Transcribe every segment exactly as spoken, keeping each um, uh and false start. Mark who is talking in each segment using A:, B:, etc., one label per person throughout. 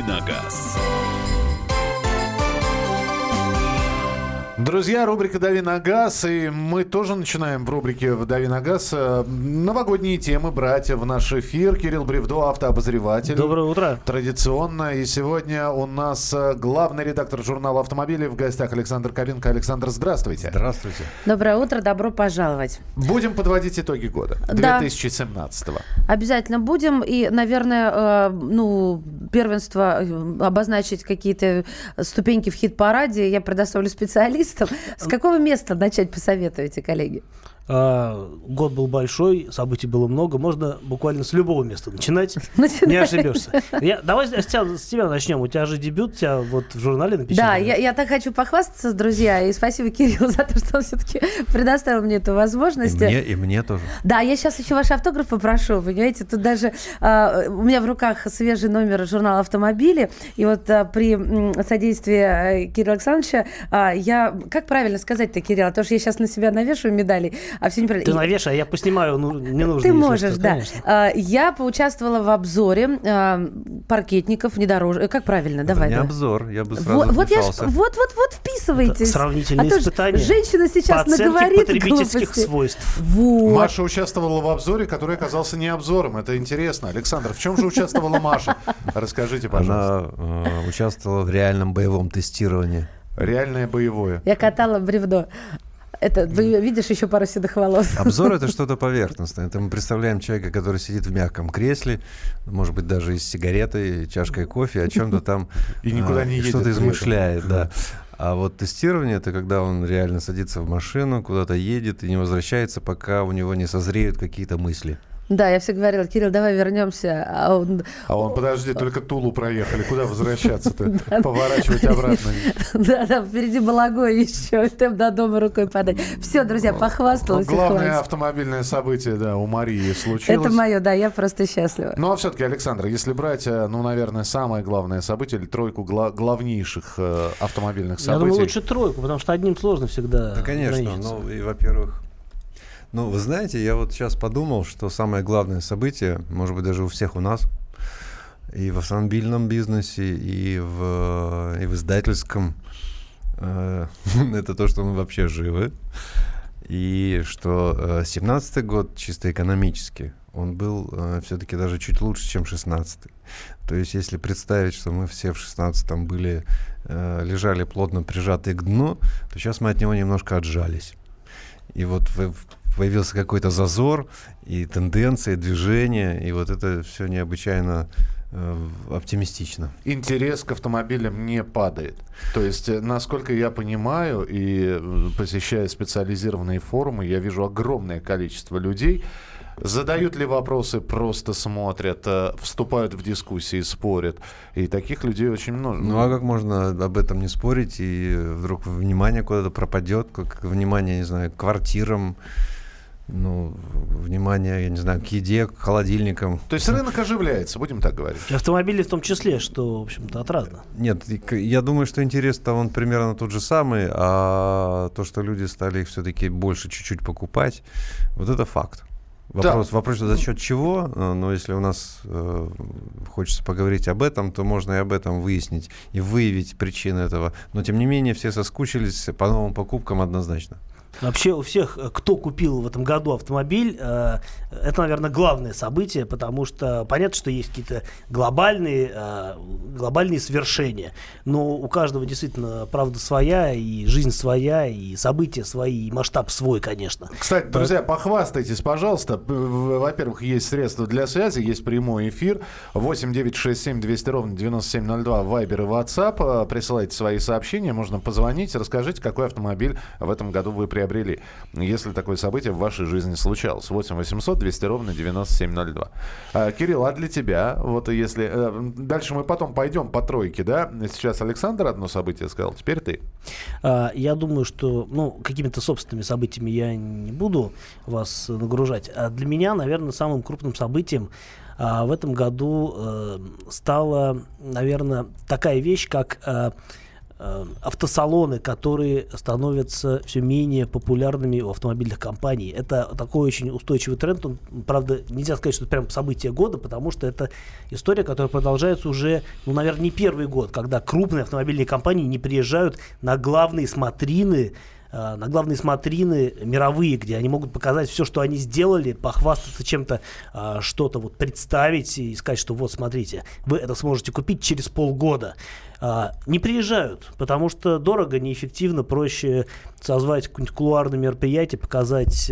A: на газ».
B: Друзья, рубрика «Дави на газ», и мы тоже начинаем в рубрике «Дави на газ» новогодние темы брать в наш эфир. Кирилл Бревдо, автообозреватель.
C: Доброе утро.
B: Традиционно. И сегодня у нас главный редактор журнала «Автомобили». В гостях Александр Кабенко. Александр, здравствуйте.
D: Здравствуйте.
E: Доброе утро, добро пожаловать.
B: Будем подводить итоги года
E: Да.
B: две тысячи семнадцатого.
E: Обязательно будем. И, наверное, э, ну, первенство, э, обозначить какие-то ступеньки в хит-параде я предоставлю специалистам. С какого места начать посоветуете, коллеги?
C: А, год был большой, событий было много. Можно буквально с любого места начинать.
E: Начинайте.
C: Не ошибешься. Я, давай с тебя, с тебя начнем. У тебя же дебют, у тебя вот в журнале напечатано.
E: Да, я, я так хочу похвастаться, друзья, и спасибо Кириллу за то, что он все-таки предоставил мне эту возможность.
D: И мне, и мне тоже.
E: Да, я сейчас еще ваш автограф попрошу, понимаете, тут даже э, у меня в руках свежий номер журнала «Автомобили», и вот э, при м, содействии э, Кирилла Александровича э, я, как правильно сказать-то, Кирилл, а то, что я сейчас на себя навешиваю медалей, а все неправильно.
C: Ты навешай, а я поснимаю, ну, не нужно.
E: Ты
C: если
E: можешь,
C: что,
E: да.
C: конечно.
E: А, я поучаствовала в обзоре а, паркетников, внедорожников. Как правильно?
D: Это
E: Давай.
D: не
E: давай.
D: обзор, я бы сразу
E: Вот, вот, я ж,
D: вмешался.
E: вот, вот, вот вписывайтесь.
C: Это сравнительные
E: а то ж
C: испытания
E: женщина сейчас
C: по оценке
E: наговорит
C: потребительских
E: глупости.
C: свойств.
E: Вот.
B: Маша участвовала в обзоре, который оказался не обзором. Это интересно. Александр, в чем же участвовала Маша? Расскажите, пожалуйста.
D: Она э, участвовала в реальном боевом тестировании.
B: Реальное боевое.
E: Я катала бревно. Это, вы видишь, еще пару седых волос.
D: Обзор — это что-то поверхностное. Это мы представляем человека, который сидит в мягком кресле, может быть, даже и с сигаретой, и чашкой кофе, о чем-то там
B: И никуда
D: а,
B: не едет
D: что-то
B: при этом.
D: измышляет. Да. А вот тестирование — это когда он реально садится в машину, куда-то едет и не возвращается, пока у него не созреют какие-то мысли.
E: Да, я все говорила, Кирилл, давай вернемся. А он,
B: А он, подожди, только Тулу проехали. Куда возвращаться-то? Поворачивать обратно.
E: да, да, впереди Балагой еще, темп до дома рукой подать. Все, друзья, похвасталась. и
B: Главное
E: хватит.
B: автомобильное событие, да, у Марии случилось.
E: Это мое, да, я просто счастлива.
B: Ну, а все-таки, Александр, если брать, э, ну, наверное, самое главное событие или тройку гла- главнейших э, автомобильных
C: Я
B: событий.
C: думаю, лучше тройку, потому что одним сложно всегда.
D: Да, конечно.
C: ограничиться.
D: Ну, и, во-первых, ну, вы знаете, я вот сейчас подумал, что самое главное событие, может быть, даже у всех у нас, и в автомобильном бизнесе, и в, и в издательском, э, это то, что мы вообще живы. И что семнадцатый год чисто экономически, он был э, все-таки даже чуть лучше, чем шестнадцатый. То есть, если представить, что мы все в шестнадцатом были, э, лежали плотно прижатые к дну, то сейчас мы от него немножко отжались. И вот в, появился какой-то зазор, и тенденции, и движения, и вот это все необычайно э, оптимистично.
B: Интерес к автомобилям не падает. То есть, э, насколько я понимаю, и э, посещая специализированные форумы, я вижу огромное количество людей. Задают ли вопросы, просто смотрят, э, вступают в дискуссии, спорят. И таких людей очень много.
D: Ну а как можно об этом не спорить, и вдруг внимание куда-то пропадет, как внимание, не знаю, к квартирам, ну, внимание, я не знаю, к еде, к холодильникам.
B: То есть рынок оживляется, будем так говорить.
C: И автомобили в том числе, что, в общем-то, отрадно.
D: Нет, я думаю, что интерес-то он примерно тот же самый, а то, что люди стали их все-таки больше чуть-чуть покупать, вот это факт. Вопрос, да. вопрос за счет чего, но если у нас э, хочется поговорить об этом, то можно и об этом выяснить и выявить причины этого. Но, тем не менее, все соскучились по новым покупкам однозначно.
C: Вообще у всех, кто купил в этом году автомобиль, это, наверное, главное событие, потому что понятно, что есть какие-то глобальные, глобальные свершения, но у каждого действительно правда своя, и жизнь своя, и события свои, и масштаб свой, конечно.
B: Кстати, друзья, похвастайтесь, пожалуйста. Во-первых, есть средства для связи, есть прямой эфир. восемь девятьсот шестьдесят семь двести ровно девяносто семь ноль два, Вайбер и WhatsApp. Присылайте свои сообщения, можно позвонить, расскажите, какой автомобиль в этом году вы приобрели. приобрели, если такое событие в вашей жизни случалось. восемь восемьсот двести ровно девяносто семь ноль два. А, Кирилл, а для тебя, вот если... Дальше мы потом пойдем по тройке, да? Сейчас Александр одно событие сказал, теперь ты.
C: А, я думаю, что, ну, какими-то собственными событиями я не буду вас нагружать. А для меня, наверное, самым крупным событием а, в этом году э, стала, наверное, такая вещь, как... Э, автосалоны, которые становятся все менее популярными у автомобильных компаний. Это такой очень устойчивый тренд. Он, правда, нельзя сказать, что это прям событие года, потому что это история, которая продолжается уже, ну, наверное, не первый год, когда крупные автомобильные компании не приезжают на главные смотрины, на главные смотрины мировые, где они могут показать все, что они сделали, похвастаться чем-то, что-то вот представить и сказать, что вот, смотрите, вы это сможете купить через полгода. Не приезжают, потому что дорого, неэффективно, проще созвать какое-нибудь кулуарное мероприятие, показать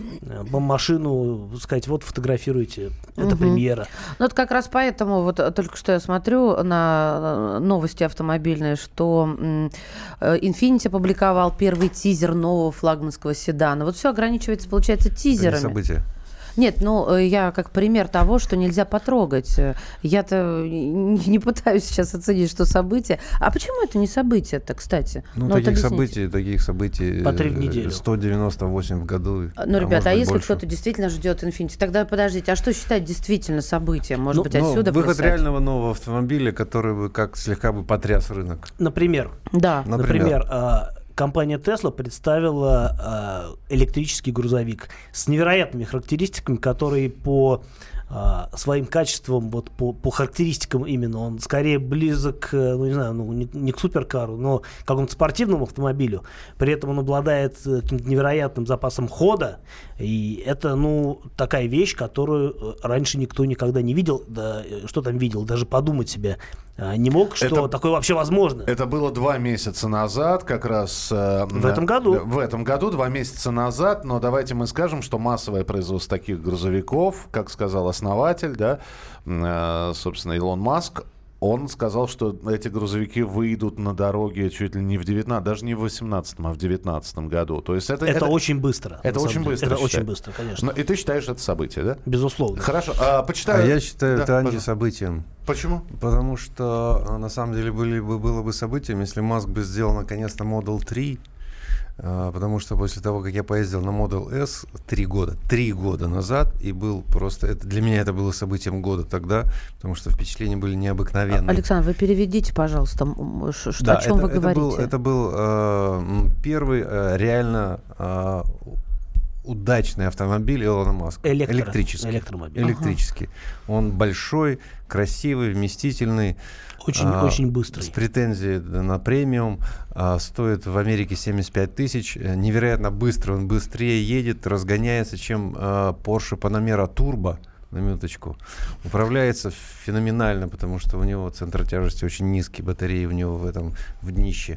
C: машину, сказать, вот, фотографируйте, это угу. премьера.
E: Ну, вот как раз поэтому, вот только что я смотрю на новости автомобильные, что Infiniti опубликовал первый тизер нового флагманского седана. Вот все ограничивается, получается, тизерами.
D: Это не событие.
E: Нет, ну, я как пример того, что нельзя потрогать. Я-то не пытаюсь сейчас оценить, что событие. А почему это не событие-то, кстати?
D: Ну, ну таких событий, таких событий
C: по три в неделю.
D: сто девяносто восемь в году.
E: Ну,
D: а
E: ребята, а если
D: больше.
E: кто-то действительно ждет Infiniti, тогда подождите, а что считать действительно событием? Может
C: ну,
E: быть, отсюда
D: выход
E: плясать?
D: реального нового автомобиля, который бы как слегка бы потряс рынок.
C: Например?
E: Да.
C: Например, Например компания Tesla представила э, электрический грузовик с невероятными характеристиками, которые по э, своим качествам, вот по, по характеристикам именно, он скорее близок, ну не знаю, ну, не, не к суперкару, но к какому-то спортивному автомобилю. При этом он обладает каким-то невероятным запасом хода. И это, ну, такая вещь, которую раньше никто никогда не видел. Да, что там видел? Даже подумать себе не мог, что это, такое вообще возможно.
B: Это было два месяца назад, как раз... Э,
C: в этом году.
B: В этом году, два месяца назад. Но давайте мы скажем, что массовое производство таких грузовиков, как сказал основатель, да, э, собственно, Илон Маск, он сказал, что эти грузовики выйдут на дороге чуть ли не в девятнадцатом, даже не в восемнадцатом, а в девятнадцатом году. То есть это,
C: это,
B: это
C: очень быстро.
B: Это очень быстро.
C: Это очень быстро, конечно.
B: Но, и ты считаешь это событие, да?
C: Безусловно.
B: Хорошо. А, почитаю...
D: а я считаю
B: да,
D: это антисобытием.
B: Почему?
D: Потому что на самом деле были бы, было бы событием, если Маск бы сделал наконец-то Model три. Потому что после того, как я поездил на Model S три года, три года назад, и был просто... Это, для меня это было событием года тогда, потому что впечатления были необыкновенные.
E: Александр, вы переведите, пожалуйста, что,
D: да,
E: о чем
D: это,
E: вы
D: это
E: говорите.
D: Был, это был э, первый э, реально э, удачный автомобиль Илона Маска.
C: Электро,
D: электрический.
C: Электромобиль.
D: Электрический. Ага. Он большой, красивый, вместительный.
C: Очень,
D: а,
C: очень быстрый.
D: С претензией на премиум. А, стоит в Америке семьдесят пять тысяч. Невероятно быстро. Он быстрее едет, разгоняется, чем а, Porsche Panamera Turbo. На минуточку. Управляется феноменально, потому что у него центр тяжести очень низкий, батареи у него в этом, в днище.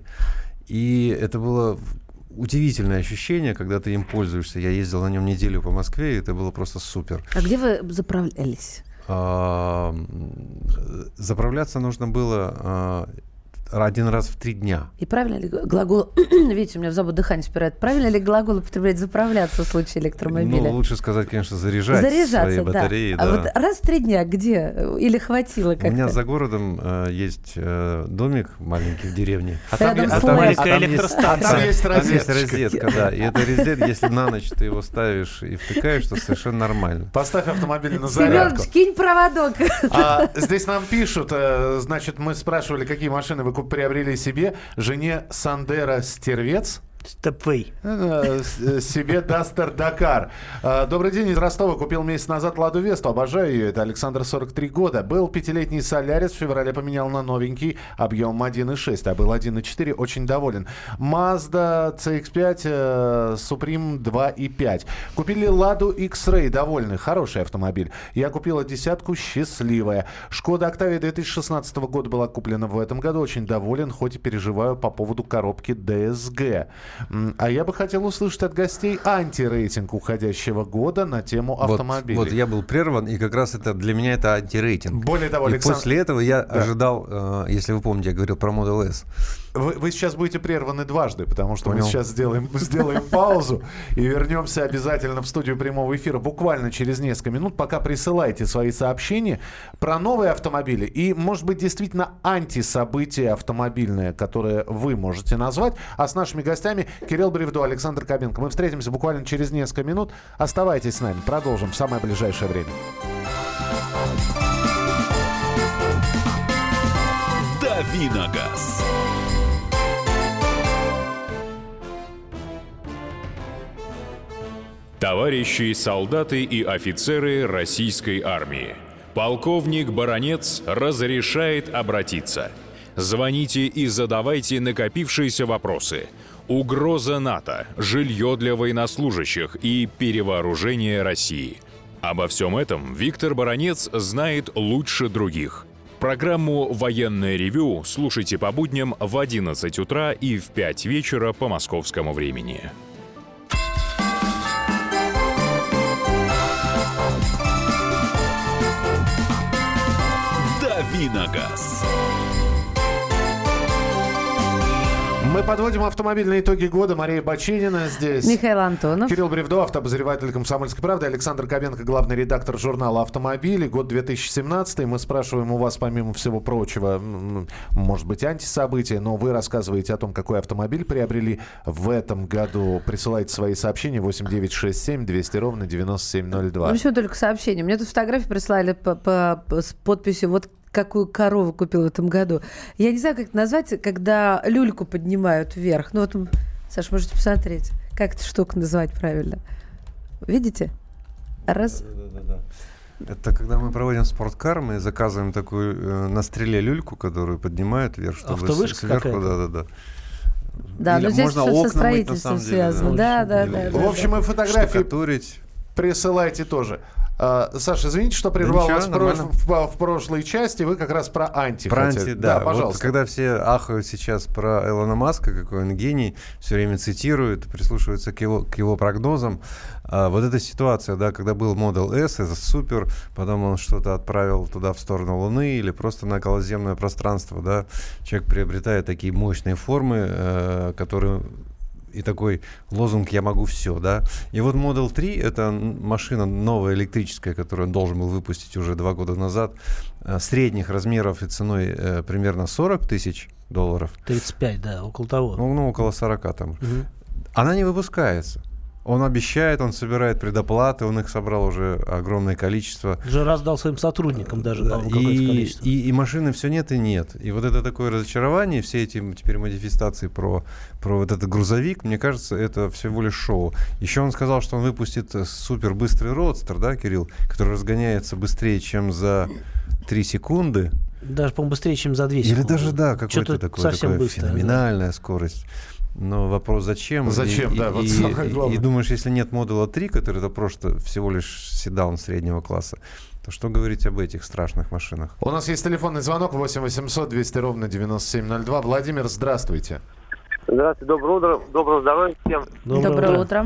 D: И это было удивительное ощущение, когда ты им пользуешься. Я ездил на нем неделю по Москве, и это было просто супер.
E: А где вы заправлялись?
D: А, заправляться нужно было а, один раз в три дня.
E: И правильно ли глагол, видите, у меня в забот дыхание спирает, правильно ли глагол употреблять заправляться в случае электромобиля?
D: Ну, лучше сказать, конечно, заряжать
E: Заряжаться,
D: свои
E: да.
D: батареи.
E: А
D: да.
E: вот раз в три дня где? Или хватило как-то?
D: У меня за городом э, есть э, домик маленький в деревне.
B: А там,
E: Рядом
B: а
E: с
B: там,
E: лесом.
B: есть, а там, есть,
C: электростанция.
B: а там есть
D: Там есть
B: розеточка.
D: розетка, да. И это розетка, если на ночь ты его ставишь и втыкаешь, то совершенно нормально.
B: Поставь автомобиль на зарядку.
E: Семёныч, кинь проводок.
B: А, здесь нам пишут, э, значит, мы спрашивали, какие машины вы куп- приобрели себе. Жене Сандера Стервец.
C: Степвей.
B: Себе Дастер Дакар. Добрый день, из Ростова. Купил месяц назад Ладу Весту. Обожаю ее. Это Александр, сорок три года. Был пятилетний Солярис. В феврале поменял на новенький. Объем один и шесть. А был один и четыре. Очень доволен. Mazda си икс пять, Supreme два и пять. Купили Ладу X-Ray. Довольны. Хороший автомобиль. Я купила десятку. Счастливая. Шкода Октавия две тысячи шестнадцатого года была куплена в этом году. Очень доволен, хоть и переживаю по поводу коробки ди эс джи. А я бы хотел услышать от гостей антирейтинг уходящего года на тему автомобилей.
D: Вот, вот я был прерван, и как раз это для меня это антирейтинг.
B: Более того,
D: и
B: Александр...
D: после этого я
B: да.
D: ожидал, э, если вы помните, я говорил про Model S.
B: Вы, вы сейчас будете прерваны дважды, потому что
D: Понял.
B: мы сейчас сделаем, сделаем паузу и вернемся обязательно в студию прямого эфира буквально через несколько минут. Пока присылайте свои сообщения про новые автомобили и, может быть, действительно антисобытие автомобильное, которое вы можете назвать. А с нашими гостями Кирилл Бревдо, Александр Кабенко. Мы встретимся буквально через несколько минут. Оставайтесь с нами. Продолжим в самое ближайшее время.
A: Давиногаз. Товарищи солдаты и офицеры российской армии, полковник Баранец разрешает обратиться. Звоните и задавайте накопившиеся вопросы. Угроза НАТО, жилье для военнослужащих и перевооружение России. Обо всем этом Виктор Баранец знает лучше других. Программу «Военное ревю» слушайте по будням в одиннадцать утра и в пять вечера по московскому времени.
F: Давиногаз.
B: Мы подводим автомобильные итоги года. Мария Бачинина здесь.
E: Михаил Антонов.
B: Кирилл Бревдо, автообозреватель «Комсомольской правды». Александр Кобенко, главный редактор журнала «Автомобили». Год две тысячи семнадцатый. Мы спрашиваем у вас, помимо всего прочего, может быть, антисобытия, но вы рассказываете о том, какой автомобиль приобрели в этом году. Присылайте свои сообщения восемь девятьсот шестьдесят семь двести ровно девяносто семь ноль два.
E: Ну, почему только сообщения? Мне тут фотографии прислали по, по, по, с подписью «Вот какую корову купил в этом году». Я не знаю, как это назвать, когда люльку поднимают вверх. Ну вот, Саш, можете посмотреть, как эту штуку назвать правильно. Видите? Раз.
D: Да, да, да. Это когда мы проводим спорткар, мы заказываем такую э, на стреле люльку, которую поднимают вверх, чтобы
C: Автовышка
D: сверху,
C: какая-то?
D: да, да, да.
E: Да,
D: Или
E: но здесь
D: можно
E: все со
D: окна мыть, на
E: строительством
D: самом деле,
E: связано. Да, да, да.
D: Или-
E: да,
B: В общем,
E: да.
B: и фотографии
D: Штукатурить.
B: присылайте тоже. А, Саша, извините, что прервал
D: ничего,
B: вас в, прош-
D: нормально.
B: в, в прошлой части. Вы как раз про анти
D: Про
B: хотели.
D: анти, да.
B: пожалуйста.
D: Вот когда все ахают сейчас про Илона Маска, какой он гений, все время цитируют, прислушиваются к его, к его прогнозам. А, вот эта ситуация, да, когда был Model S, это супер, потом он что-то отправил туда в сторону Луны или просто на околоземное пространство, да, человек приобретает такие мощные формы, э, которые... И такой лозунг «Я могу все», да. И вот Model три — это машина новая электрическая, которую он должен был выпустить уже два года назад, э, средних размеров и ценой э, примерно сорок тысяч долларов.
C: тридцать пять, да, около того.
D: Ну, ну, около сорока там.
C: Мгм.
D: Она не выпускается. Он обещает, он собирает предоплаты, он их собрал уже огромное количество.
C: Уже раздал своим сотрудникам даже,
D: Да,
C: по-моему, какое-то
D: и,
C: количество.
D: и, и машины все нет и нет. И вот это такое разочарование, все эти теперь модификации про, про вот этот грузовик, мне кажется, это всего лишь шоу. Еще он сказал, что он выпустит супер быстрый родстер, да, Кирилл, который разгоняется быстрее, чем за три секунды.
C: Даже, по-моему, быстрее, чем за две секунды.
D: Или даже, да, какой-то
C: Что-то
D: такой,
C: совсем
D: такая
C: быстрое,
D: феноменальная скорость. Но вопрос, зачем?
B: Зачем,
D: и,
B: да,
D: и,
B: вот
D: и,
B: самое главное.
D: и думаешь, если нет Model три, который это просто всего лишь седан среднего класса, то что говорить об этих страшных машинах?
B: У нас есть телефонный звонок восемь восемьсот двести ровно девяносто семь ноль два. Владимир, здравствуйте.
G: Здравствуйте, доброе утро, доброго здоровья всем.
E: Доброе утро.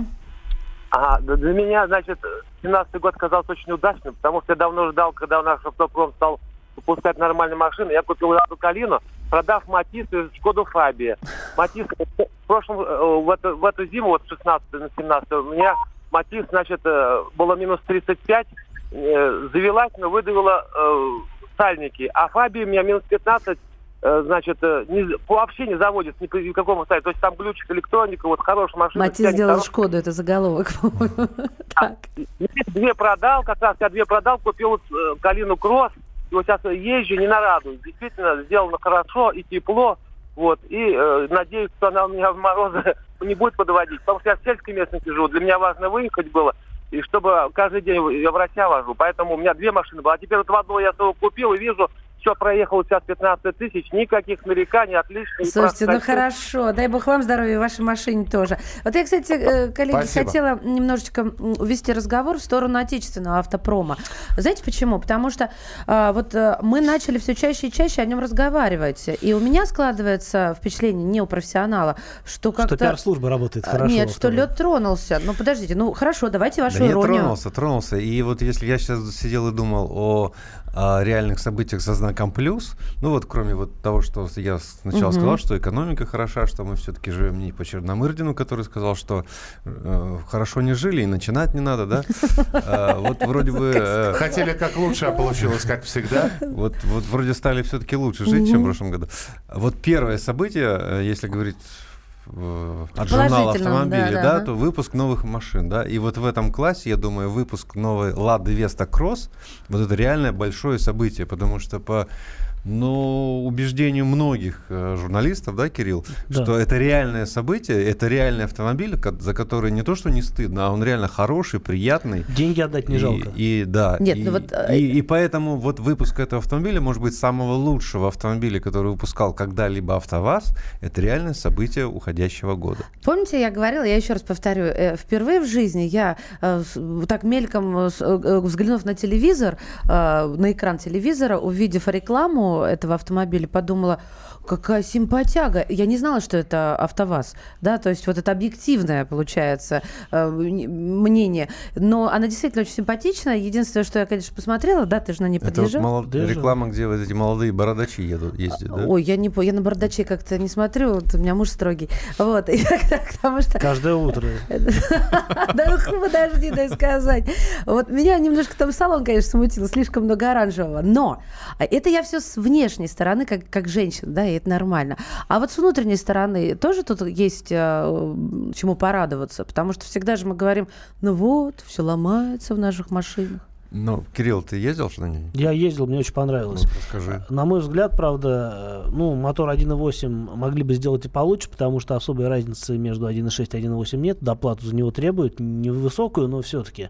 G: Ага, д- для меня, значит, семнадцатый год казался очень удачным, потому что я давно ждал, когда наш автопром стал выпускать нормальные машины. Я купил эту Калину, продав Матис и Шкоду Фабия. Матис в прошлом, э, в эту, в эту зиму, вот с шестнадцатого на семнадцатое, у меня Матис, значит, э, было минус тридцать пять, э, завелась, но выдавила э, сальники. А Фабия у меня минус пятнадцать, э, значит, э, не, вообще не заводится ни по какому сайту. То есть там глючит электроника, вот хорошая машина.
E: Матис сделал Шкоду, это заголовок, по-моему. Так.
G: Две продал, как раз я две продал, купил э, Калину Кросс. И вот сейчас езжу, не нарадуюсь. Действительно, сделано хорошо и тепло. Вот. И э, надеюсь, что она у меня в морозы не будет подводить. Потому что я в сельской местности живу. Для меня важно выехать было. И чтобы каждый день я врача вожу. Поэтому у меня две машины было. А теперь вот в одну я свою купил и вижу, все проехало сейчас пятнадцать тысяч. Никаких нареканий, отлично.
E: Слушайте, ну хорошо. Дай бог вам здоровья и вашей машине тоже. Вот я, кстати, э, коллеги,
B: Спасибо.
E: хотела немножечко увести разговор в сторону отечественного автопрома. Знаете почему? Потому что э, вот э, мы начали все чаще и чаще о нем разговаривать. И у меня складывается впечатление, не у профессионала, что как-то...
C: Что пиар-служба работает
E: А,
C: хорошо.
E: Нет,
C: в
E: что
C: автомобиле.
E: лед тронулся. Ну, подождите, ну хорошо, давайте вашу
D: Да нет,
E: иронию.
D: тронулся, тронулся. И вот если я сейчас сидел и думал о, о реальных событиях со знаком плюс, ну вот кроме вот того, что я сначала
E: Мгм.
D: сказал, что экономика хороша, что мы все-таки живем не по Черномырдину, который сказал, что э, хорошо не жили и начинать не надо, да? А, Вот вроде бы... э,
B: Хотели как лучше, а получилось как всегда.
D: Вот, вот вроде стали все-таки лучше жить, чем в прошлом году. Вот первое событие, э, если говорить э, от журнала
E: Положительном,
D: автомобиля,
E: да,
D: да,
E: да, ага.
D: то выпуск новых машин, да, и вот в этом классе, я думаю, выпуск новой Лады Веста Кросс, вот это реальное большое событие, потому что по Но убеждению многих э, журналистов, да, Кирилл,
C: Да.
D: что это реальное событие, это реальный автомобиль, ко- за который не то, что не стыдно, а он реально хороший, приятный.
C: Деньги отдать не
D: И-
C: жалко.
D: И, да.
E: Нет,
D: и,
E: ну вот,
D: и, и поэтому вот выпуск этого автомобиля, может быть, самого лучшего автомобиля, который выпускал когда-либо АвтоВАЗ, это реальное событие уходящего года.
E: Помните, я говорила, я еще раз повторю, э, впервые в жизни я э, с- вот так мельком э, с- э, взглянув на телевизор, э, на экран телевизора, увидев рекламу этого автомобиля, подумала, какая симпатяга. Я не знала, что это АвтоВАЗ, да, то есть вот это объективное, получается, э, м- мнение. Но она действительно очень симпатичная. Единственное, что я, конечно, посмотрела, да, ты же на ней
D: Это вот
E: подъезжал.
D: молод-
C: Даже.
D: реклама, где вот эти молодые бородачи едут, ездят, да?
E: Ой, я не по- я на бардачей как-то не смотрю, вот у меня муж строгий. Вот, и потому что...
C: Каждое утро.
E: Да ну подожди, дай сказать. Вот меня немножко там салон, конечно, смутил, слишком много оранжевого. Но это я все с внешней стороны, как, как женщина, да, и это нормально. А вот с внутренней стороны тоже тут есть э, чему порадоваться, потому что всегда же мы говорим, ну вот, все ломается в наших машинах.
D: Ну, Кирилл, ты ездил же на ней?
C: Я ездил, мне очень понравилось.
D: Вот расскажи.
C: На мой взгляд, правда, э, ну, мотор один и восемь могли бы сделать и получше, потому что особой разницы между один и шесть и один и восемь нет. Доплату за него требуют, невысокую, но все-таки.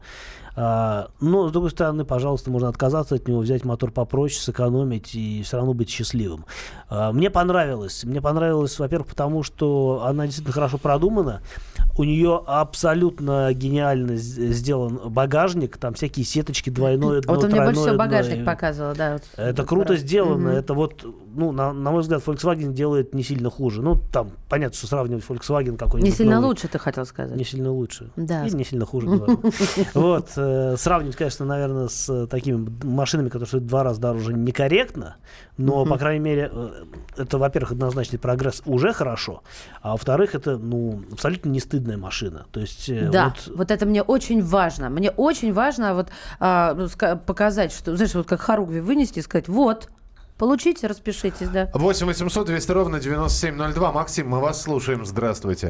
C: А, но, с другой стороны, пожалуйста, можно отказаться от него, взять мотор попроще, сэкономить и все равно быть счастливым. А, мне понравилось. Мне понравилось, во-первых, потому что она действительно хорошо продумана. У нее абсолютно гениально с- сделан багажник, там всякие сеточки двойное дно,
E: Вот он мне больше
C: тройное
E: всего
C: дно,
E: багажник
C: и-
E: показывал, да. вот.
C: Это
E: Вот
C: круто
E: про-
C: сделано.
E: Мгм.
C: Это вот, ну, на, на мой взгляд, Volkswagen делает не сильно хуже. Ну, там, понятно, что сравнивать Volkswagen какой-нибудь
E: Не сильно
C: новый,
E: лучше, ты хотел сказать.
C: Не сильно лучше.
E: Да.
C: И не сильно хуже, говорю. Вот. э, Сравнивать, конечно, наверное, с э, такими машинами, которые стоят в два раза дороже, некорректно. Но, по крайней мере, э, это, во-первых, однозначный прогресс уже хорошо. А во-вторых, это, ну, абсолютно не стыдная машина. То есть, э,
E: Да,
C: вот
E: вот... это мне очень важно. Мне очень важно вот а, ну, ска- показать, что, знаешь, вот как хоругви вынести и сказать, вот, получите, распишитесь, да.
B: восемь восемьсот двести ровно девяносто семь ноль два. Максим, мы вас слушаем. Здравствуйте.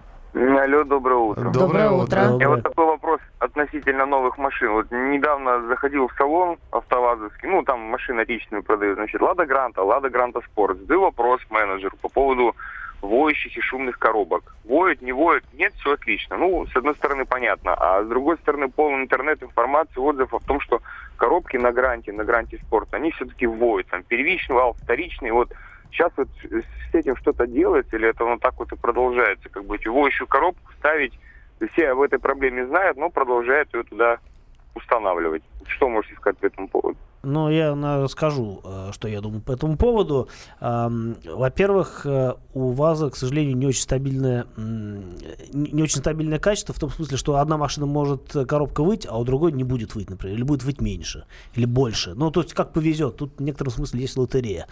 F: Алло, доброе утро.
E: Доброе утро.
F: У меня
C: Доброе.
F: вот такой вопрос относительно новых машин. Вот недавно заходил в салон АвтоВАЗовский, ну, там машины отечественные продают, значит, Лада Гранта, Лада Гранта Спорт. Задаю вопрос менеджеру по поводу воющих и шумных коробок. Воют, не воют? Нет, все отлично. Ну, с одной стороны, понятно. А с другой стороны, полный интернет информации, отзывов о том, что коробки на Гранте, на Гранте Спорт, они все-таки воют. Там первичный вал, вторичный. Вот сейчас вот с этим что-то делается, или это оно так вот и продолжается? Как бы эти воющую коробку ставить, все об этой проблеме знают, но продолжают ее туда устанавливать. Что можете сказать по этому поводу?
C: Ну, я на- расскажу, э, что я думаю по этому поводу. Ам, Во-первых, э, у ВАЗа, к сожалению, не очень стабильное, м, не не очень стабильное качество, в том смысле, что одна машина может э, коробка выть, а у другой не будет выть, например, или будет выть меньше, или больше. Ну, то есть, как повезет. Тут в некотором смысле есть лотерея.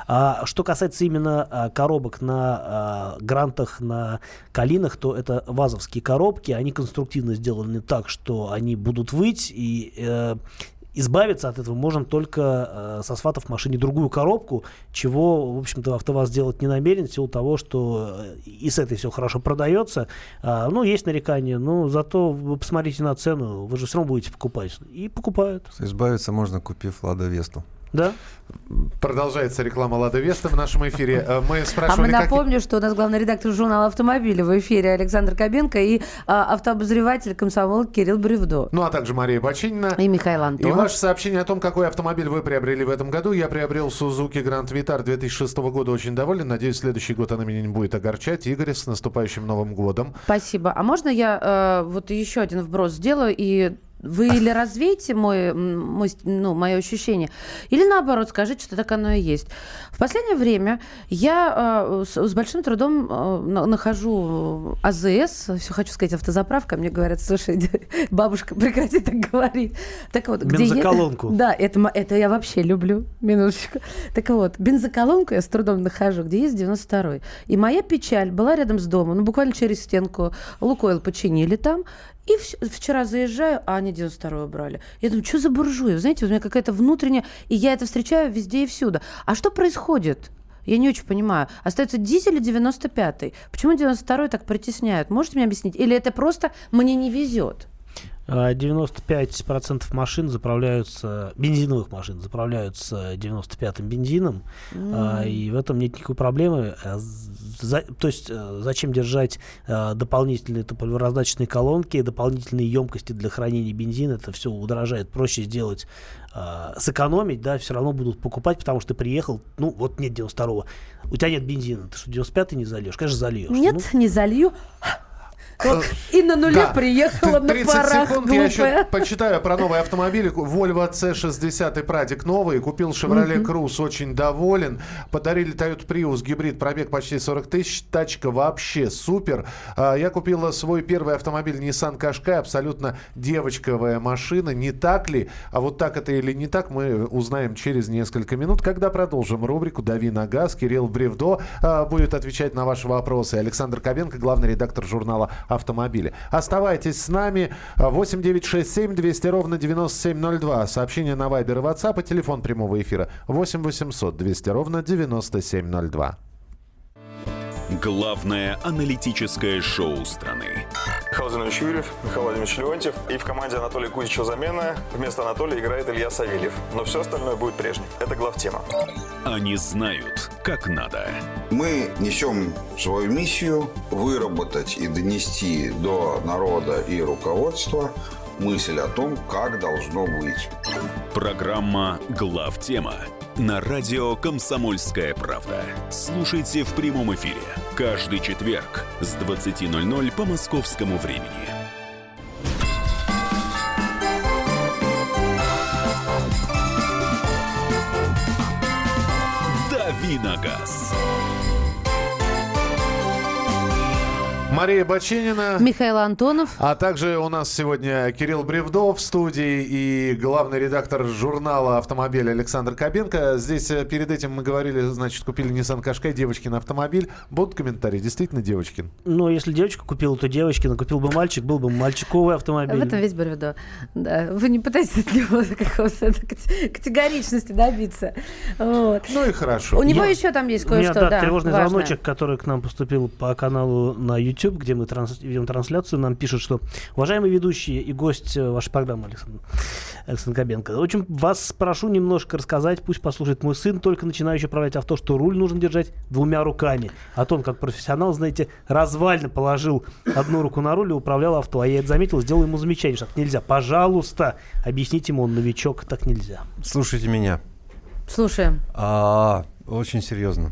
C: А что касается именно а, коробок на а, Грантах, на Калинах, то это вазовские коробки. Они конструктивно сделаны так, что они будут выть, и э, избавиться от этого можно только э, сосватав в машине другую коробку, чего, в общем-то, АвтоВАЗ делать не намерен, в силу того, что э, и с этой все хорошо продается. А, ну, есть нарекания, но зато вы посмотрите на цену, вы же все равно будете покупать. И покупают.
D: Избавиться можно, купив Лада Весту.
C: Да?
B: Продолжается реклама «Лада Веста» в нашем эфире. Э, Мы
E: А мы
B: спрашивали, как...
E: напомним, что у нас главный редактор журнала «Автомобили» в эфире Александр Кабенко и а, автообозреватель комсомол Кирилл Бревдо.
B: Ну, а также Мария Бочинина.
E: И Михаил
B: И
E: Антонов.
B: ваше сообщение о том, какой автомобиль вы приобрели в этом году. Я приобрел Suzuki Grand Vitara две тысячи шестого года. Очень доволен. Надеюсь, следующий год она меня не будет огорчать. Игорь, с наступающим Новым годом.
E: Спасибо. А можно я э, вот еще один вброс сделаю и вы или развеете мой, мой, ну, мое ощущение, или наоборот скажите, что так оно и есть. В последнее время я э, с, с большим трудом э, на- нахожу АЗС, все хочу сказать автозаправка, мне говорят, слушай, бабушка, прекрати так говорить. Так вот, где я-
C: Бензоколонку.
E: Да, это, мо- это я вообще люблю, минуточку. Так вот, бензоколонку я с трудом нахожу, где есть девяносто второй. И моя печаль была рядом с домом, ну буквально через стенку Лукойл починили там. И вч- вчера заезжаю, а они девяносто второй убрали. Я думаю, что за буржуи? Вы знаете, у меня какая-то внутренняя... И я это встречаю везде и всюду. А что происходит? Я не очень понимаю. Остается дизель и девяносто пятый. Почему девяносто второй так притесняют? Можете мне объяснить? Или это просто мне не везет?
C: девяносто пять процентов машин заправляются, бензиновых машин заправляются девяносто пятым бензином, mm. и в этом нет никакой проблемы. За, то есть зачем держать дополнительные топливораздаточные колонки, дополнительные емкости для хранения бензина, это все удорожает. Проще сделать, сэкономить, да, все равно будут покупать, потому что ты приехал, ну вот нет девяносто второго, у тебя нет бензина, ты что, девяносто пятый не зальешь? Конечно, зальешь.
E: Нет,
C: ну.
E: не залью. Вот и на нуле да. приехала на парах,
B: секунд,
E: глупая.
B: Я еще почитаю про новый автомобиль. Volvo си шестьдесят и Прадик новый. Купил Chevrolet uh-huh. Cruze, очень доволен. Подарили Toyota Prius гибрид, пробег почти сорок тысяч. Тачка вообще супер. Я купила свой первый автомобиль Nissan Qashqai. Абсолютно девочковая машина. Не так ли? А вот так это или не так, мы узнаем через несколько минут, когда продолжим рубрику «Дави на газ». Кирилл Бревдо будет отвечать на ваши вопросы. Александр Кобенко, главный редактор журнала «Автомобили». Оставайтесь с нами. восемь девятьсот шестьдесят семь двести ровно девяносто семь ноль два. Сообщение на Вайбер и WhatsApp. И телефон прямого эфира восемь восемьсот двести ровно девяносто семь ноль два.
H: Главное аналитическое шоу страны.
I: Михаил Владимирович Юрьев, Михаил Владимирович Леонтьев. И в команде Анатолия Кузичева замена. Вместо Анатолия играет Илья Савельев. Но все остальное будет прежним. Это главтема.
H: Они знают, как надо.
J: Мы несем свою миссию выработать и донести до народа и руководства мысль о том, как должно быть.
H: Программа «Главтема» на радио «Комсомольская правда». Слушайте в прямом эфире каждый четверг с двадцати ноль-ноль по московскому времени. «Дави на газ».
B: Мария Баченина.
E: Михаил Антонов.
B: А также у нас сегодня Кирилл Бревдо в студии и главный редактор журнала «Автомобиль» Александр Кобенко. Здесь перед этим мы говорили, значит, купили Nissan Qashqai, девочкин автомобиль. Будут комментарии? Действительно девочкин?
C: Ну, если девочка купила, то девочкин. А купил бы мальчик, был бы мальчиковый автомобиль.
E: В этом весь Бревдо. Да. Вы не пытаетесь от него какого-то категоричности добиться. Вот.
B: Ну и хорошо.
E: У него
C: Я...
E: еще там есть кое-что.
C: У меня, да,
E: да,
C: тревожный
E: важное.
C: звоночек, который к нам поступил по каналу на YouTube, где мы транс... ведем трансляцию, нам пишут, что уважаемые ведущие и гость вашей программы Александр, Александр Кобенко, очень вас прошу немножко рассказать, пусть послушает мой сын, только начинающий управлять авто, что руль нужно держать двумя руками. А то он, как профессионал, знаете, развально положил одну руку на руль и управлял авто. А я это заметил, сделал ему замечание, что так нельзя. Пожалуйста, объясните ему, он новичок, так нельзя.
D: Слушайте меня.
E: Слушаем.
D: А, очень серьезно.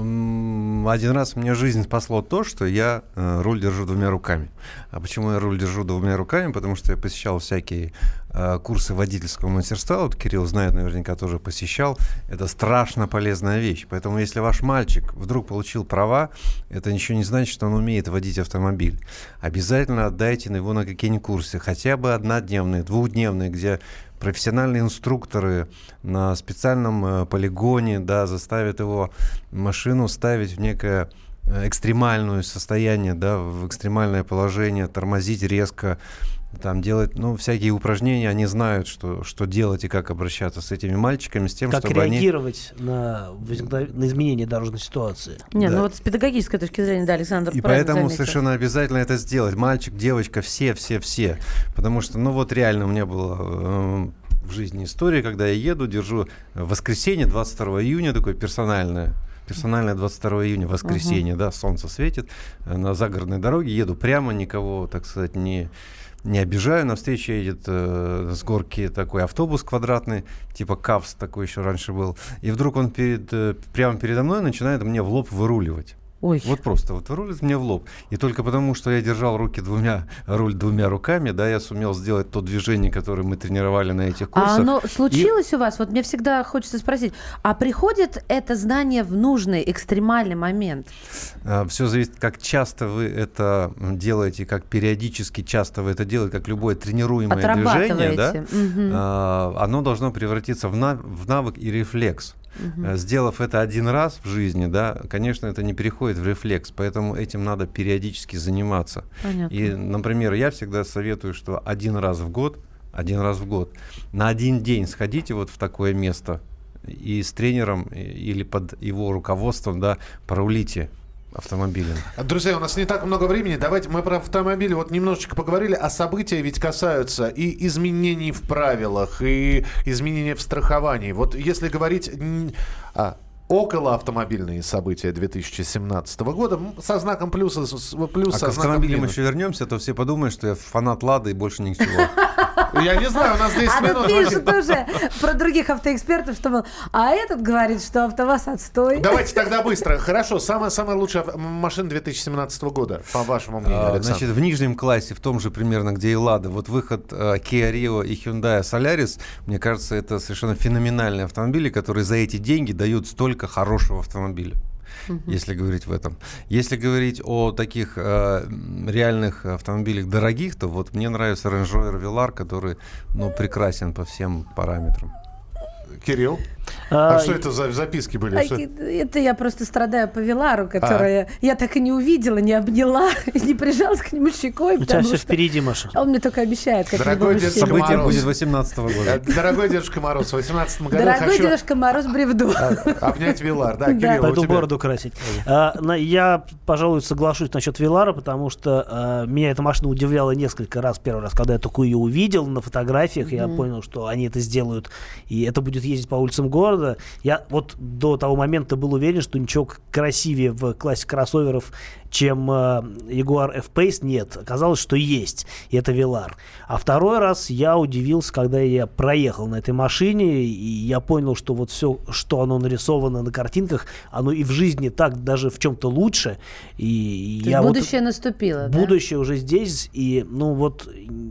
D: Один раз мне жизнь спасло то, что я э, руль держу двумя руками. А почему я руль держу двумя руками? Потому что я посещал всякие э, курсы водительского мастерства. Вот Кирилл знает, наверняка тоже посещал. Это страшно полезная вещь. Поэтому если ваш мальчик вдруг получил права, это ничего не значит, что он умеет водить автомобиль. Обязательно отдайте его на какие-нибудь курсы. Хотя бы однодневные, двухдневные, где профессиональные инструкторы на специальном э, полигоне, да, заставят его машину ставить в некое э, экстремальное состояние, да, в экстремальное положение, тормозить резко, там делать, ну, всякие упражнения. Они знают, что, что делать и как обращаться с этими мальчиками, с тем,
C: как
D: чтобы
C: реагировать
D: они...
C: на, на изменение дорожной ситуации.
E: Не,
D: да.
E: ну вот с педагогической точки зрения, да, Александр
D: И поэтому заметил. Совершенно обязательно это сделать. Мальчик, девочка, все, все, все. Потому что, ну вот реально у меня была э, в жизни история, когда я еду, держу воскресенье, двадцать второго июня, такое персональное. Персональное двадцать второго июня, воскресенье, uh-huh. да, солнце светит, на загородной дороге, еду прямо, никого, так сказать, не... Не обижаю, навстречу едет э, с горки такой автобус квадратный, типа КАВС такой еще раньше был. И вдруг он перед, э, прямо передо мной начинает мне в лоб выруливать.
E: Ой.
D: Вот просто вот выруливает мне в лоб. И только потому, что я держал руки двумя, руль двумя руками, да, я сумел сделать то движение, которое мы тренировали на этих курсах.
E: А оно случилось
D: и...
E: у вас? Вот мне всегда хочется спросить, а приходит это знание в нужный экстремальный момент?
D: А, все зависит, как часто вы это делаете, как периодически часто вы это делаете, как любое тренируемое движение, да,
E: угу.
D: а, оно должно превратиться в, нав- в навык и рефлекс. Uh-huh. Сделав это один раз в жизни, да, конечно, это не переходит в рефлекс, поэтому этим надо периодически заниматься.
E: Понятно.
D: И, например, я всегда советую, что один раз в год, один раз в год, на один день сходите вот в такое место и с тренером или под его руководством, да, порулите. автомобилен.
B: Друзья, у нас не так много времени. Давайте мы про автомобили вот немножечко поговорили. А события ведь касаются и изменений в правилах, и изменений в страховании. Вот если говорить... А, около автомобильные события две тысячи семнадцатого года со знаком плюса, плюс
D: а
B: со
D: к
B: знаком
D: автомобилям
B: минус.
D: еще вернемся, то все подумают, что я фанат Лады и больше ни к чему.
B: Я не знаю, у нас десять
E: А
B: минут.
E: тут пишут уже про других автоэкспертов, что, мол, а этот говорит, что АвтоВАЗ отстой.
B: Давайте тогда быстро. Хорошо, самая, самая лучшая машина две тысячи семнадцатого года, по вашему мнению,
D: А,
B: Александр.
D: Значит, в нижнем классе, в том же примерно, где и Лада, вот выход uh, Kia Rio и Hyundai Solaris, мне кажется, это совершенно феноменальные автомобили, которые за эти деньги дают столько хорошего автомобиля. Uh-huh. Если говорить в этом. Если говорить о таких э, реальных автомобилях дорогих, то вот мне нравится Range Rover Velar, который, ну, прекрасен по всем параметрам.
B: Кирилл? А,
C: А,
B: что это за записки были?
E: А,
B: Что-
E: Это я просто страдаю по Велару, которое я так и не увидела, не обняла, не прижалась к нему щекой.
C: У тебя
E: потому
C: все
E: что
C: впереди, Маша.
E: Он мне только обещает, как
B: Дорогой
E: любой
B: дедушка
E: мужчина.
D: Событие
B: Мороз.
D: будет восемнадцатого
B: Э,
D: года.
B: Дорогой Дедушка Мороз, в восемнадцатом году
E: Дорогой
B: хочу
E: дедушка Мороз бревду.
B: а, обнять Вилар. Да,
E: Да.
B: Кирилл, у
C: Пойду
B: тебя-
C: бороду красить. А, на- я, пожалуй, соглашусь насчет Велара, потому что а, меня эта машина удивляла несколько раз. Первый раз, когда я только ее увидел на фотографиях, я понял, что они это сделают, и это будет ездить по улицам города. Я вот до того момента был уверен, что ничего красивее в классе кроссоверов, чем э, Jaguar F-Pace, нет. Оказалось, что есть. И это Velar. А второй раз я удивился, когда я проехал на этой машине, и я понял, что вот все, что оно нарисовано на картинках, оно и в жизни так даже в чем-то лучше. И
E: То
C: я
E: есть
C: вот-
E: будущее наступило, да?
C: Будущее уже здесь, и, ну, вот,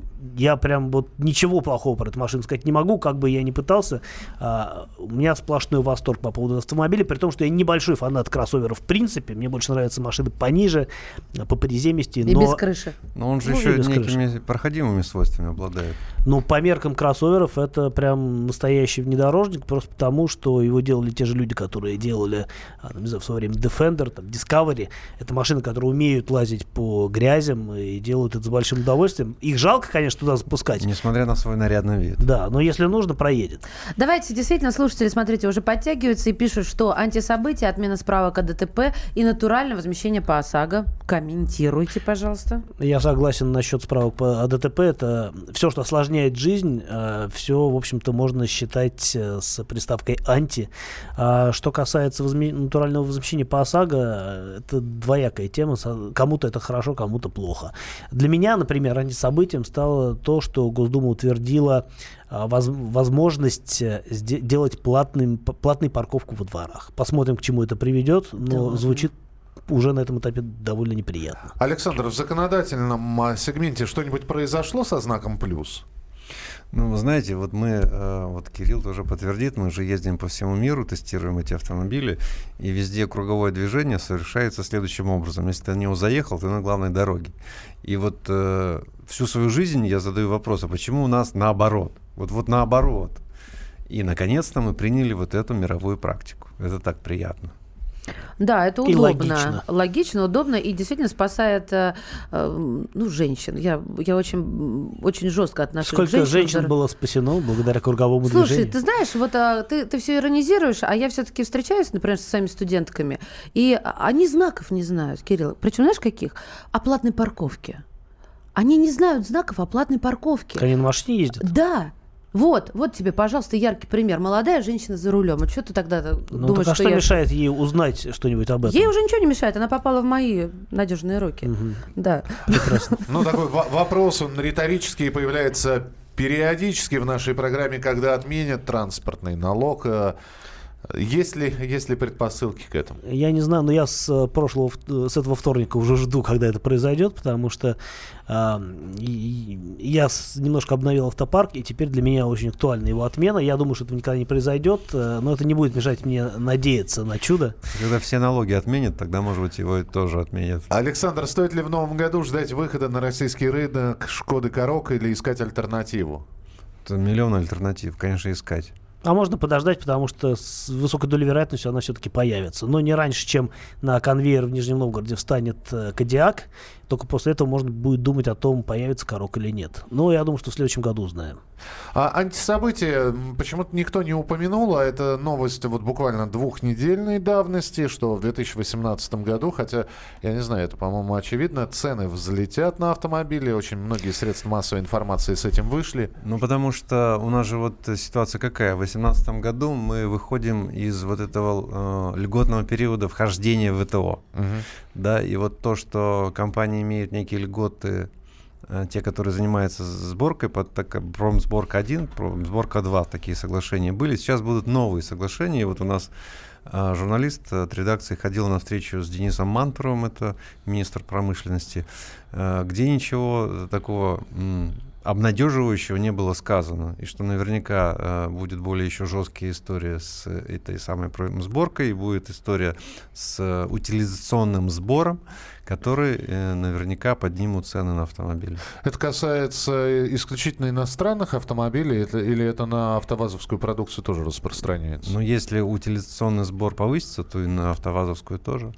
C: я прям вот ничего плохого про эту машину сказать не могу, как бы я ни пытался. А, у меня сплошной восторг по поводу автомобиля, при том, что я небольшой фанат кроссоверов в принципе. Мне больше нравятся машины пониже, по приземисти.
E: И
C: но,
E: без крыши.
D: Но он же
C: Ну,
D: еще
C: и без
D: некими проходимыми свойствами обладает.
C: но по меркам кроссоверов это прям настоящий внедорожник, просто потому, что его делали те же люди, которые делали, а, там, не знаю, в свое время Defender, там, Discovery. Это машины, которые умеют лазить по грязям и делают это с большим удовольствием. Их жалко, конечно, туда запускать.
D: Несмотря на свой нарядный вид.
C: Да, но если нужно, проедет.
E: Давайте, действительно, слушатели, смотрите, уже подтягиваются и пишут, что антисобытия, отмена справок о ДТП и натуральное возмещение по ОСАГО. Комментируйте, пожалуйста.
C: Я согласен насчет справок по ДТП. Это все, что осложняет жизнь, все, в общем-то, можно считать э, с приставкой «анти». А что касается возме- натурального возмещения по ОСАГО, э, это двоякая тема. Со- Кому-то это хорошо, кому-то плохо. Для меня, например, антисобытием стало то, что Госдума утвердила а, воз- возможность э, сде- делать платным, п- платную парковку во дворах. Посмотрим, к чему это приведет, но
E: Да.
C: звучит уже на этом этапе довольно неприятно.
B: Александр, в законодательном а, сегменте что-нибудь произошло со знаком плюс?
D: Ну, вы знаете, вот мы, э, вот Кирилл тоже подтвердит, мы же ездим по всему миру, тестируем эти автомобили, и везде круговое движение совершается следующим образом. Если ты на него заехал, ты на главной дороге. И вот э, всю свою жизнь я задаю вопрос, а почему у нас наоборот? Вот, вот наоборот. И, наконец-то, мы приняли вот эту мировую практику. Это так приятно.
E: Да, это
C: И
E: удобно.
C: логично.
E: Логично, удобно и действительно спасает э, э, ну, женщин. Я, я очень, очень жестко отношусь к
C: Сколько
E: женщинам.
C: женщин
E: даже-
C: было спасено благодаря круговому
E: Слушай,
C: движению?
E: ты знаешь, вот а, ты, ты все иронизируешь, а я все-таки встречаюсь, например, со своими студентками, и они знаков не знают, Кирилл. Причем знаешь каких? О платной парковке. Они не знают знаков о платной парковке.
C: Они на машине ездят?
E: Да. Вот, вот тебе, пожалуйста, яркий пример. Молодая женщина за рулем. А что ты тогда
C: Ну,
E: думаешь,
C: так а что
E: я...
C: мешает ей узнать что-нибудь об этом?
E: Ей уже ничего не мешает, она попала в мои надежные руки.
C: Мгм.
E: Да.
C: Прекрасно.
B: Ну, такой во- вопрос, он риторический, появляется периодически в нашей программе, когда отменят транспортный налог. Э, Есть ли, есть ли предпосылки к этому?
C: Я не знаю, но я с э, прошлого, вт- с этого вторника уже жду, когда это произойдет, потому что а, и- и я с- немножко обновил автопарк, и теперь для меня очень актуальна его отмена. Я думаю, что это никогда не произойдет, э, но это не будет мешать мне надеяться на чудо.
D: Когда все налоги отменят, тогда, может быть, его и тоже отменят.
B: Александр, стоит ли в новом году ждать выхода на российский рынок Шкоды Корок или искать альтернативу?
D: Это миллион альтернатив, конечно, искать.
C: А можно подождать, потому что с высокой долей вероятности она все-таки появится. Но не раньше, чем на конвейер в Нижнем Новгороде встанет э, Кодиак. Только после этого можно будет думать о том, появится Корок или нет. Но я думаю, что в следующем году узнаем.
B: А антисобытия почему-то никто не упомянул, а это новость вот буквально двухнедельной давности, что в две тысячи восемнадцатом году, хотя, я не знаю, это, по-моему, очевидно, цены взлетят на автомобили, очень многие средства массовой информации с этим вышли.
D: Ну, потому что у нас же вот ситуация какая? В две тысячи восемнадцатом году мы выходим из вот этого э, льготного периода вхождения в ВТО. Угу. Да, и вот то, что компании имеют некие льготы, те, которые занимаются сборкой, под, так, промсборка один, промсборка два, такие соглашения были. Сейчас будут новые соглашения. И вот у нас а, журналист от редакции ходил на встречу с Денисом Мантуровым, это министр промышленности, а, где ничего такого м, обнадеживающего не было сказано. И что наверняка а, будет более еще жесткая история с этой самой сборкой, и будет история с утилизационным сбором, которые э, наверняка поднимут цены на автомобили.
B: Это касается исключительно иностранных автомобилей, это, или это на автовазовскую продукцию тоже распространяется?
D: Ну, если утилизационный сбор повысится, то и на автовазовскую тоже.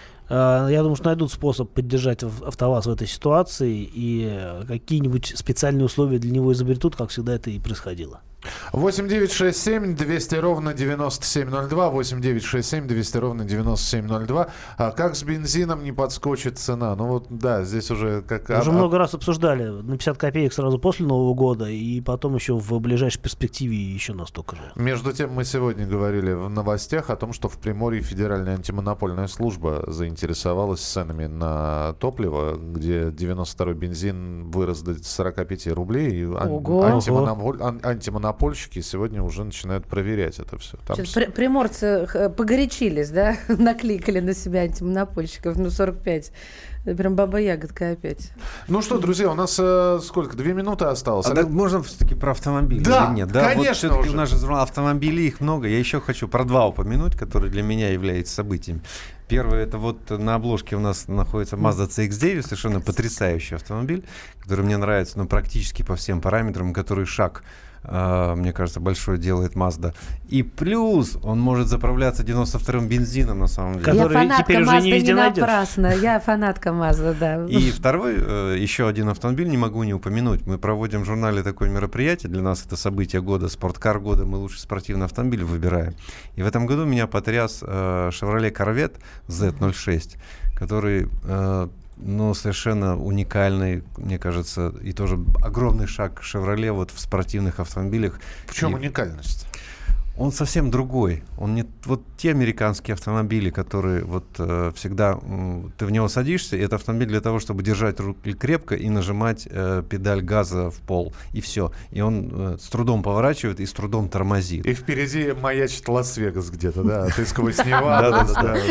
C: Я думаю, что найдут способ поддержать АвтоВАЗ в этой ситуации, и какие-нибудь специальные условия для него изобретут, как всегда это и происходило.
B: восемь девятьсот шестьдесят семь двести ровно девяносто семь ноль два, восемь девятьсот шестьдесят семь двести ровно девяносто семь ноль два. А как с бензином не подскочит цена? Ну вот, да, здесь уже как...
C: Уже а, много а... раз обсуждали. На пятьдесят копеек сразу после Нового года, и потом еще в ближайшей перспективе еще настолько же.
B: Между тем, мы сегодня говорили в новостях о том, что в Приморье Федеральная антимонопольная служба заинтересовалась ценами на топливо, где девяносто второй бензин вырос до сорок пять рублей, и ан- антимонополь... ан- антимонопольная Польщики сегодня уже начинают проверять это все. Там...
E: При, приморцы погорячились, да? Накликали на себя антимонопольщиков. Ну, сорок пять. Прям баба-ягодка опять.
B: Ну что, друзья, у нас э, сколько? Две минуты осталось.
D: А, а так можно все-таки про автомобили?
B: Да,
D: или нет? Да,
B: конечно.
D: Вот
B: уже.
D: У нас же автомобилей их много. Я еще хочу про два упомянуть, которые для меня являются событием. Первое, это вот на обложке у нас находится Mazda си икс девять, совершенно потрясающий автомобиль, который мне нравится, но практически по всем параметрам, который шаг, Uh, мне кажется, большое делает Mazda. И плюс он может заправляться девяносто вторым бензином, на самом деле.
E: Который я фанатка теперь Mazda уже не везде не напрасно. Я фанатка Mazda, да.
D: И второй, uh, еще один автомобиль не могу не упомянуть. Мы проводим в журнале такое мероприятие. Для нас это событие года, спорткар года. Мы лучший спортивный автомобиль выбираем. И в этом году меня потряс uh, Chevrolet Corvette зет ноль шесть, который... Uh, но совершенно уникальный, мне кажется, и тоже огромный шаг Chevrolet вот в спортивных автомобилях.
B: В чем
D: и
B: уникальность?
D: Он совсем другой. Он не вот те американские автомобили, которые вот э, всегда э, ты в него садишься, и это автомобиль для того, чтобы держать руки крепко и нажимать э, педаль газа в пол, и все. И он э, с трудом поворачивает и с трудом тормозит.
B: И впереди маячит Лас-Вегас где-то, да? Ты сквозь Неваду.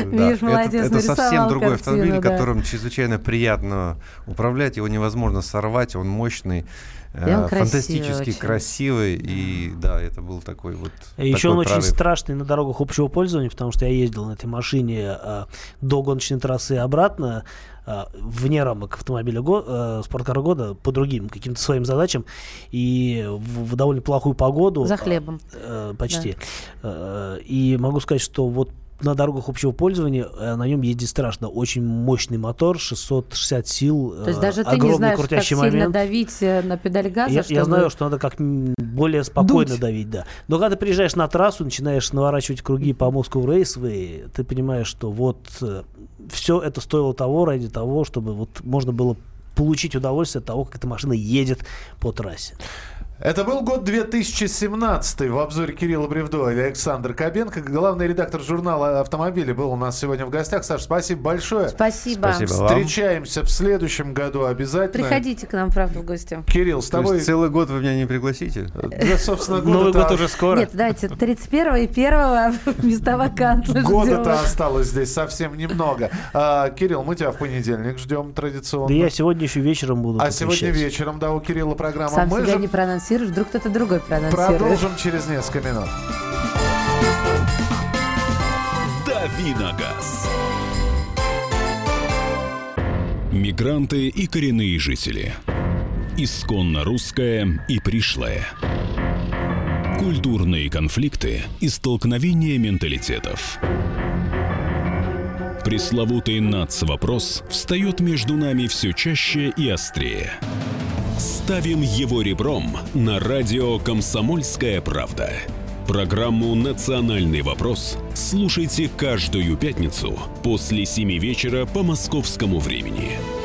D: Это совсем другой автомобиль, которым чрезвычайно приятно управлять, его невозможно сорвать, он мощный.
E: Э,
D: фантастически красивый, и да, это был такой вот.
C: Еще
D: такой
C: он
D: прорыв.
C: очень страшный на дорогах общего пользования, потому что я ездил на этой машине э, до гоночной трассы и обратно, э, вне рамок автомобиля го, э, спорткара года, по другим каким-то своим задачам, и в, в довольно плохую погоду.
E: За хлебом.
C: Э, э, почти. Да. Э, и могу сказать, что вот на дорогах общего пользования на нем ездить страшно. Очень мощный мотор, шестьсот шестьдесят сил.
E: То есть даже ты не знаешь, как сильно
C: момент.
E: давить на педаль газа?
C: Я,
E: чтобы...
C: я знаю, что надо как более спокойно
E: Дуть.
C: давить, да. Но когда ты приезжаешь на трассу, начинаешь наворачивать круги по Moscow Raceway, ты понимаешь, что вот все это стоило того ради того, чтобы вот можно было получить удовольствие от того, как эта машина едет по трассе.
B: Это был год две тысячи семнадцатый. В обзоре Кирилла Бревдо и Александр Кабенко. Главный редактор журнала «Автомобили» был у нас сегодня в гостях. Саш, спасибо большое.
E: Спасибо.
D: Спасибо
B: Встречаемся в следующем году обязательно.
E: Приходите к нам, правда, в гости.
B: Кирилл, с тобой...
D: То есть целый год вы меня не пригласите?
B: Да, собственно,
C: Новый год уже скоро.
E: Нет, давайте тридцать первого и первого места вакантны.
B: Года-то осталось здесь совсем немного. А, Кирилл, мы тебя в понедельник ждем традиционно.
C: Да я сегодня еще вечером буду.
B: А сегодня вечером, да, у Кирилла программа.
E: Сам
B: мы
E: себя
B: же...
E: не проанонсируешь, вдруг кто-то другой проанонсирует.
B: Продолжим через несколько минут.
H: Давиногаз. Мигранты и коренные жители. Исконно русское и пришлое. Культурные конфликты и столкновения менталитетов. Пресловутый НАЦ-вопрос встает между нами все чаще и острее. Ставим его ребром на радио «Комсомольская правда». Программу «Национальный вопрос» слушайте каждую пятницу после семи вечера по московскому времени.